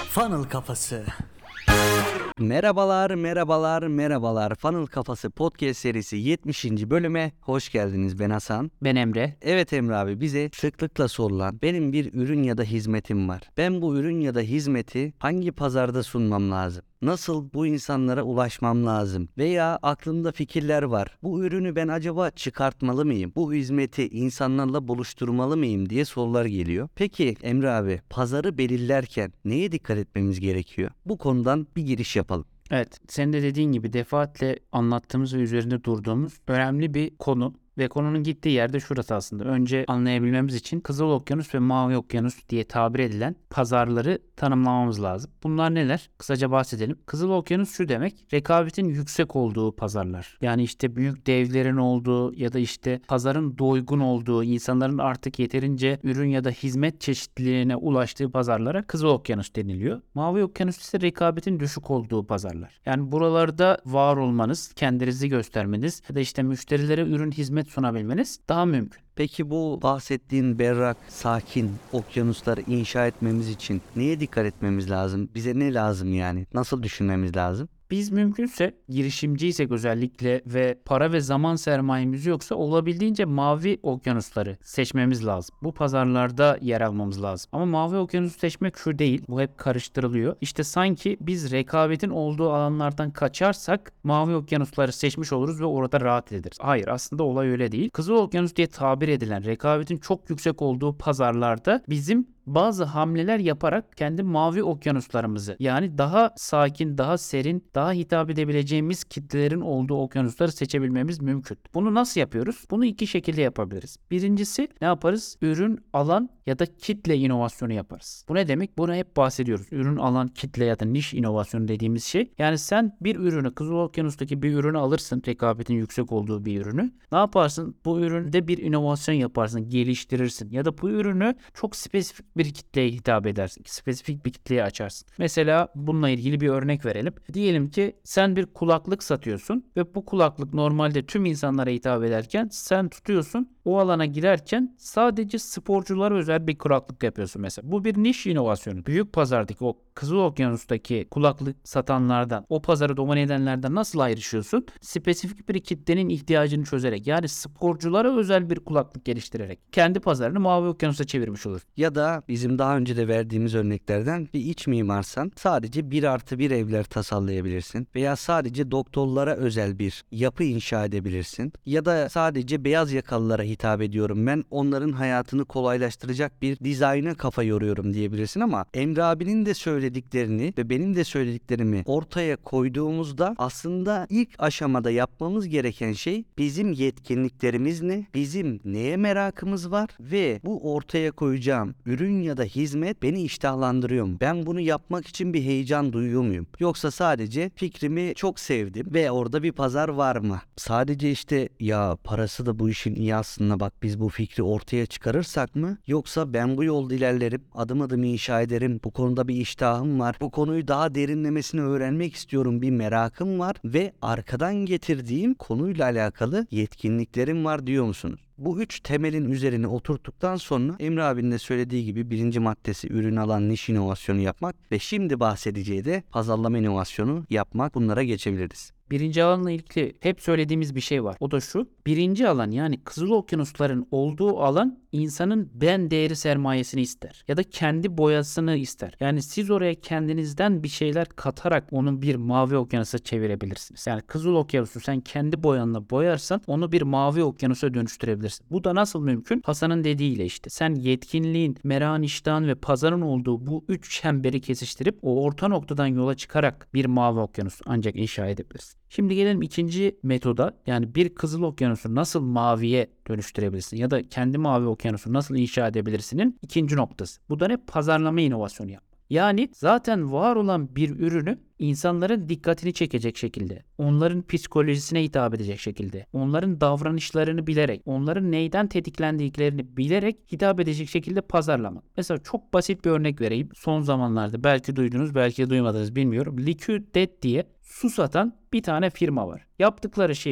Funnel Kafası. Merhabalar. Funnel Kafası podcast serisi 70. bölüme hoş geldiniz. Ben Hasan. Ben Emre. Evet Emre abi, bize sıklıkla sorulan benim bir ürün ya da hizmetim var. Ben bu ürün ya da hizmeti hangi pazarda sunmam lazım? Nasıl bu insanlara ulaşmam lazım? Veya aklımda fikirler var. Bu ürünü ben acaba çıkartmalı mıyım? Bu hizmeti insanlarla buluşturmalı mıyım diye sorular geliyor. Peki Emre abi, pazarı belirlerken neye dikkat etmemiz gerekiyor? Bu konudan bir giriş yapalım. Evet, senin de dediğin gibi defaatle anlattığımız ve üzerinde durduğumuz önemli bir konu. Ve konunun gittiği yerde şurası aslında. Önce anlayabilmemiz için Kızıl Okyanus ve Mavi Okyanus diye tabir edilen pazarları tanımlamamız lazım. Bunlar neler? Kısaca bahsedelim. Kızıl Okyanus şu demek: rekabetin yüksek olduğu pazarlar. Yani işte büyük devlerin olduğu ya da işte pazarın doygun olduğu, insanların artık yeterince ürün ya da hizmet çeşitliliğine ulaştığı pazarlara Kızıl Okyanus deniliyor. Mavi Okyanus ise rekabetin düşük olduğu pazarlar. Yani buralarda var olmanız, kendinizi göstermeniz ya da işte müşterilere ürün hizmet sunabilmeniz daha mümkün. Peki bu bahsettiğin berrak, sakin okyanusları inşa etmemiz için neye dikkat etmemiz lazım? Bize ne lazım yani? Nasıl düşünmemiz lazım? Biz mümkünse girişimciysek özellikle ve para ve zaman sermayemiz yoksa olabildiğince mavi okyanusları seçmemiz lazım. Bu pazarlarda yer almamız lazım. Ama mavi okyanusu seçmek şu değil. Bu hep karıştırılıyor. İşte sanki biz rekabetin olduğu alanlardan kaçarsak mavi okyanusları seçmiş oluruz ve orada rahat ederiz. Hayır, aslında olay öyle değil. Kızıl Okyanus diye tabir edilen rekabetin çok yüksek olduğu pazarlarda bizim bazı hamleler yaparak kendi mavi okyanuslarımızı, yani daha sakin, daha serin, daha hitap edebileceğimiz kitlelerin olduğu okyanusları seçebilmemiz mümkün. Bunu nasıl yapıyoruz? Bunu iki şekilde yapabiliriz. Birincisi ne yaparız? Ürün, alan ya da kitle inovasyonu yaparız. Bu ne demek? Bunu hep bahsediyoruz. Ürün, alan, kitle ya da niş inovasyonu dediğimiz şey. Yani sen bir ürünü, Kızıl Okyanus'taki bir ürünü alırsın, rekabetin yüksek olduğu bir ürünü. Ne yaparsın? Bu üründe bir inovasyon yaparsın, geliştirirsin ya da bu ürünü çok spesifik bir kitleye hitap edersin. Spesifik bir kitleye açarsın. Mesela bununla ilgili bir örnek verelim. Diyelim ki sen bir kulaklık satıyorsun ve bu kulaklık normalde tüm insanlara hitap ederken sen tutuyorsun, o alana girerken sadece sporculara özel bir kulaklık yapıyorsun mesela. Bu bir niş inovasyonu. Büyük pazardaki o Kızıl Okyanus'taki kulaklık satanlardan, o pazarı domine edenlerden nasıl ayrışıyorsun? Spesifik bir kitlenin ihtiyacını çözerek, yani sporculara özel bir kulaklık geliştirerek kendi pazarını Mavi Okyanus'a çevirmiş olur. Ya da bizim daha önce de verdiğimiz örneklerden bir iç mimarsan sadece 1+1 evler tasarlayabilirsin. Veya sadece doktorlara özel bir yapı inşa edebilirsin. Ya da sadece beyaz yakalılara hitap ediyorum, ben onların hayatını kolaylaştıracak bir dizayna kafa yoruyorum diyebilirsin. Ama Emre abinin de söylediklerini ve benim de söylediklerimi ortaya koyduğumuzda aslında ilk aşamada yapmamız gereken şey bizim yetkinliklerimiz ne? Bizim neye merakımız var? Ve bu ortaya koyacağım ürün ya da hizmet beni iştahlandırıyor mu? Ben bunu yapmak için bir heyecan duyuyor muyum? Yoksa sadece fikrimi çok sevdim ve orada bir pazar var mı? Sadece işte ya parası da bu işin iyi aslında, bak biz bu fikri ortaya çıkarırsak mı? Yoksa ben bu yolda ilerlerim, adım adım inşa ederim, bu konuda bir iştahım var, bu konuyu daha derinlemesine öğrenmek istiyorum, bir merakım var ve arkadan getirdiğim konuyla alakalı yetkinliklerim var diyor musunuz? Bu üç temelin üzerine oturttuktan sonra Emre abinin de söylediği gibi birinci maddesi ürün, alan, niş inovasyonu yapmak ve şimdi bahsedeceği de pazarlama inovasyonu yapmak. Bunlara geçebiliriz. Birinci alanla ilgili hep söylediğimiz bir şey var. O da şu: birinci alan, yani Kızıl Okyanusların olduğu alan insanın ben değeri sermayesini ister. Ya da kendi boyasını ister. Yani siz oraya kendinizden bir şeyler katarak onu bir mavi okyanusa çevirebilirsiniz. Yani Kızıl Okyanusu sen kendi boyanla boyarsan onu bir mavi okyanusa dönüştürebilirsin. Bu da nasıl mümkün? Hasan'ın dediğiyle işte. Sen yetkinliğin, merakın, iştahın ve pazarın olduğu bu üç çemberi kesiştirip o orta noktadan yola çıkarak bir mavi okyanus ancak inşa edebilirsin. Şimdi gelelim ikinci metoda, yani bir Kızıl Okyanusu nasıl maviye dönüştürebilirsin ya da kendi mavi okyanusu nasıl inşa edebilirsinin ikinci noktası. Bu da ne? Pazarlama inovasyonu yapmak. Yani zaten var olan bir ürünü insanların dikkatini çekecek şekilde, onların psikolojisine hitap edecek şekilde, onların davranışlarını bilerek, onların neyden tetiklendiklerini bilerek hitap edecek şekilde pazarlamak. Mesela çok basit bir örnek vereyim. Son zamanlarda belki duydunuz, belki duymadınız bilmiyorum. Liquid Death diye su satan bir tane firma var. Yaptıkları şey şu: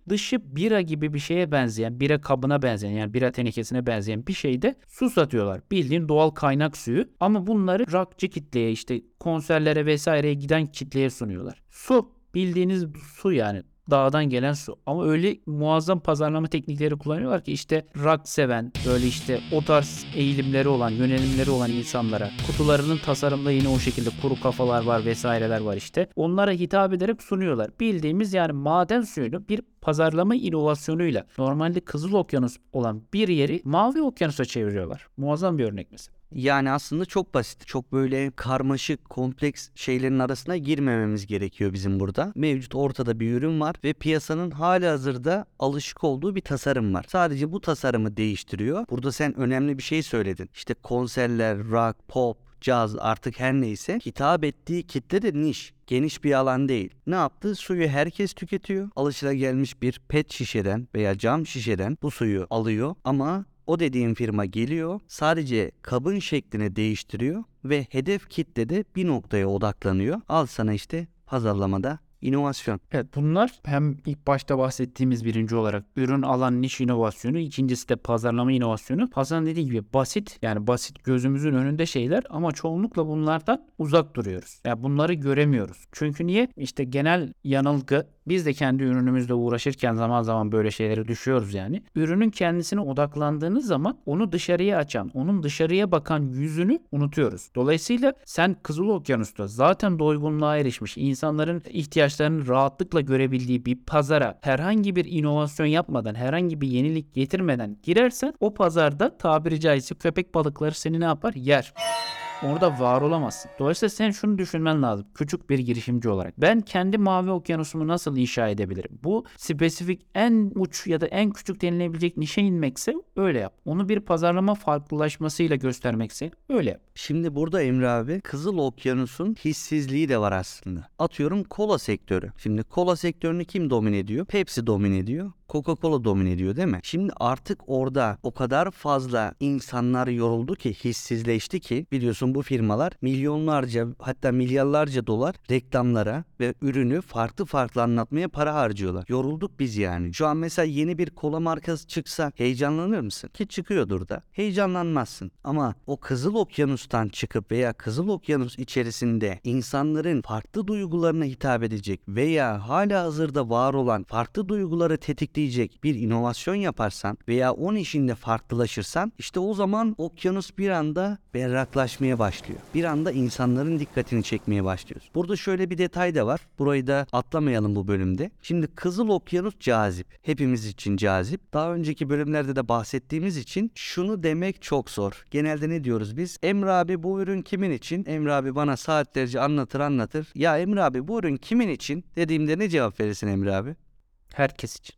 dışı bira gibi bir şeye benzeyen, bira kabına benzeyen, yani bira tenekesine benzeyen bir şeyde su satıyorlar. Bildiğin doğal kaynak suyu, ama bunları rockçı kitleye, işte konserlere vesaireye giden kitleye sunuyorlar. Su, bildiğiniz su yani. Dağdan gelen su. Ama öyle muazzam pazarlama teknikleri kullanıyorlar ki işte rock seven, böyle işte o tarz eğilimleri olan, yönelimleri olan insanlara, kutularının tasarımda yine o şekilde kuru kafalar var vesaireler var işte. Onlara hitap ederek sunuyorlar. Bildiğimiz yani maden suyunu bir pazarlama inovasyonuyla normalde Kızıl Okyanus olan bir yeri Mavi Okyanus'a çeviriyorlar. Muazzam bir örnek mesela. Yani aslında çok basit. Çok böyle karmaşık, kompleks şeylerin arasına girmememiz gerekiyor bizim burada. Mevcut ortada bir ürün var ve piyasanın halihazırda alışık olduğu bir tasarım var. Sadece bu tasarımı değiştiriyor. Burada sen önemli bir şey söyledin. İşte konserler, rock, pop, caz, artık her neyse, hitap ettiği kitle de niş. Geniş bir alan değil. Ne yaptı? Suyu herkes tüketiyor. Alışılagelmiş bir pet şişeden veya cam şişeden bu suyu alıyor ama o dediğim firma geliyor, sadece kabın şeklini değiştiriyor ve hedef kitle de bir noktaya odaklanıyor. Al sana işte pazarlamada inovasyon. Evet, bunlar hem ilk başta bahsettiğimiz birinci olarak ürün alan niş inovasyonu, ikincisi de pazarlama inovasyonu. Hasan dediği gibi basit, yani basit gözümüzün önünde şeyler ama çoğunlukla bunlardan uzak duruyoruz. Yani bunları göremiyoruz. Çünkü niye? İşte genel yanılgı, biz de kendi ürünümüzle uğraşırken zaman zaman böyle şeylere düşüyoruz yani. Ürünün kendisine odaklandığınız zaman onu dışarıya açan, onun dışarıya bakan yüzünü unutuyoruz. Dolayısıyla sen Kızıl Okyanus'ta zaten doygunluğa erişmiş, insanların ihtiyaçlarını rahatlıkla görebildiği bir pazara herhangi bir inovasyon yapmadan, herhangi bir yenilik getirmeden girersen o pazarda tabiri caizse köpek balıkları seni ne yapar? Yer. Orada var olamazsın. Dolayısıyla sen şunu düşünmen lazım. Küçük bir girişimci olarak. Ben kendi mavi okyanusumu nasıl inşa edebilirim? Bu spesifik en uç ya da en küçük denilebilecek nişe inmekse öyle yap. Onu bir pazarlama farklılaşmasıyla göstermekse öyle yap. Şimdi burada Emre abi, Kızıl Okyanus'un hissizliği de var aslında. Atıyorum kola sektörü. Şimdi kola sektörünü kim domine ediyor? Pepsi domine ediyor. Coca-Cola domine ediyor değil mi? Şimdi artık orada o kadar fazla insanlar yoruldu ki, hissizleşti ki, biliyorsun bu firmalar milyonlarca hatta milyarlarca dolar reklamlara ve ürünü farklı farklı anlatmaya para harcıyorlar. Yorulduk biz yani. Şu an mesela yeni bir kola markası çıksa heyecanlanır mısın? Ki çıkıyordur da. Heyecanlanmazsın. Ama o Kızıl Okyanus'tan çıkıp veya Kızıl Okyanus içerisinde insanların farklı duygularına hitap edecek veya hala hazırda var olan farklı duyguları tetikleyecek bir inovasyon yaparsan veya onun işinde farklılaşırsan, işte o zaman okyanus bir anda berraklaşmaya başlıyor. Bir anda insanların dikkatini çekmeye başlıyoruz. Burada şöyle bir detay da var. Burayı da atlamayalım bu bölümde. Şimdi Kızıl Okyanus cazip. Hepimiz için cazip. Daha önceki bölümlerde de bahsettiğimiz için şunu demek çok zor. Genelde ne diyoruz biz? Emre abi bu ürün kimin için? Emre abi bana saatlerce anlatır. Ya Emre abi bu ürün kimin için dediğimde ne cevap verirsin Emre abi? Herkes için.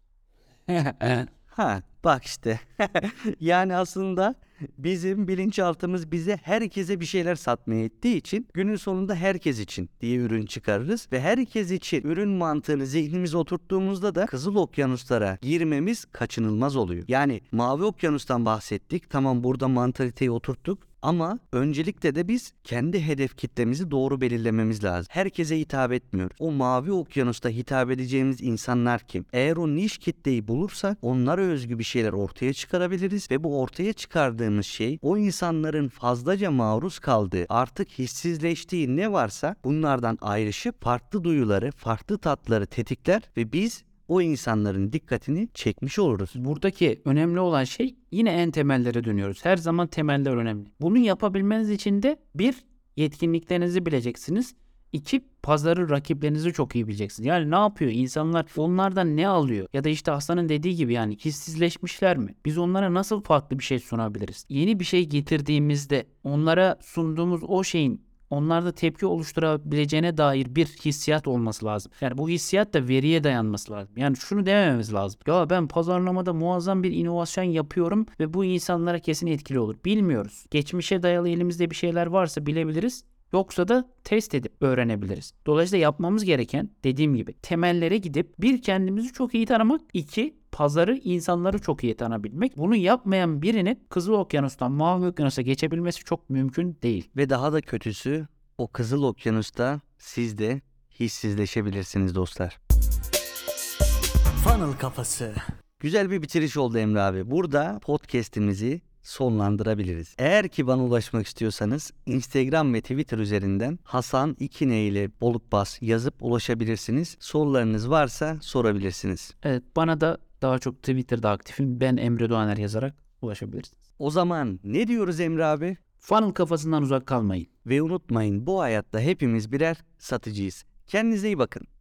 Ha bak işte. Yani aslında bizim bilinçaltımız bize herkese bir şeyler satmaya ettiği için günün sonunda herkes için diye ürün çıkarırız ve herkes için ürün mantığını zihnimize oturttuğumuzda da Kızıl Okyanuslara girmemiz kaçınılmaz oluyor. Yani Mavi Okyanus'tan bahsettik. Tamam, burada mantaliteyi oturttuk. Ama öncelikle de biz kendi hedef kitlemizi doğru belirlememiz lazım. Herkese hitap etmiyor. O Mavi Okyanus'ta hitap edeceğimiz insanlar kim? Eğer o niş kitleyi bulursak onlara özgü bir şeyler ortaya çıkarabiliriz ve bu ortaya çıkardığımız şey o insanların fazlaca maruz kaldığı, artık hissizleştiği ne varsa bunlardan ayrışıp farklı duyuları, farklı tatları tetikler ve biz o insanların dikkatini çekmiş oluruz. Buradaki önemli olan şey, yine en temellere dönüyoruz. Her zaman temeller önemli. Bunu yapabilmeniz için de bir, yetkinliklerinizi bileceksiniz. İki, pazarı, rakiplerinizi çok iyi bileceksiniz. Yani ne yapıyor? İnsanlar onlardan ne alıyor? Ya da işte Hasan'ın dediği gibi yani hissizleşmişler mi? Biz onlara nasıl farklı bir şey sunabiliriz? Yeni bir şey getirdiğimizde onlara sunduğumuz o şeyin onlarda tepki oluşturabileceğine dair bir hissiyat olması lazım. Yani bu hissiyat da veriye dayanması lazım. Yani şunu demememiz lazım. Ya ben pazarlamada muazzam bir inovasyon yapıyorum ve bu insanlara kesin etkili olur. Bilmiyoruz. Geçmişe dayalı elimizde bir şeyler varsa bilebiliriz. Yoksa da test edip öğrenebiliriz. Dolayısıyla yapmamız gereken, dediğim gibi, temellere gidip bir, kendimizi çok iyi tanımak, iki, pazarı, insanları çok iyi tanıyabilmek. Bunu yapmayan birinin Kızıl Okyanus'tan Mavi Okyanus'a geçebilmesi çok mümkün değil. Ve daha da kötüsü, o Kızıl Okyanus'ta siz de hissizleşebilirsiniz dostlar. Funnel Kafası. Güzel bir bitiriş oldu Emre abi. Burada podcast'imizi sonlandırabiliriz. Eğer ki bana ulaşmak istiyorsanız Instagram ve Twitter üzerinden Hasan İkine ile Bolukbas yazıp ulaşabilirsiniz. Sorularınız varsa sorabilirsiniz. Evet, bana da daha çok Twitter'da aktifim. Ben Emre Doğaner yazarak ulaşabilirsiniz. O zaman ne diyoruz Emre abi? Funnel kafasından uzak kalmayın. Ve unutmayın, bu hayatta hepimiz birer satıcıyız. Kendinize iyi bakın.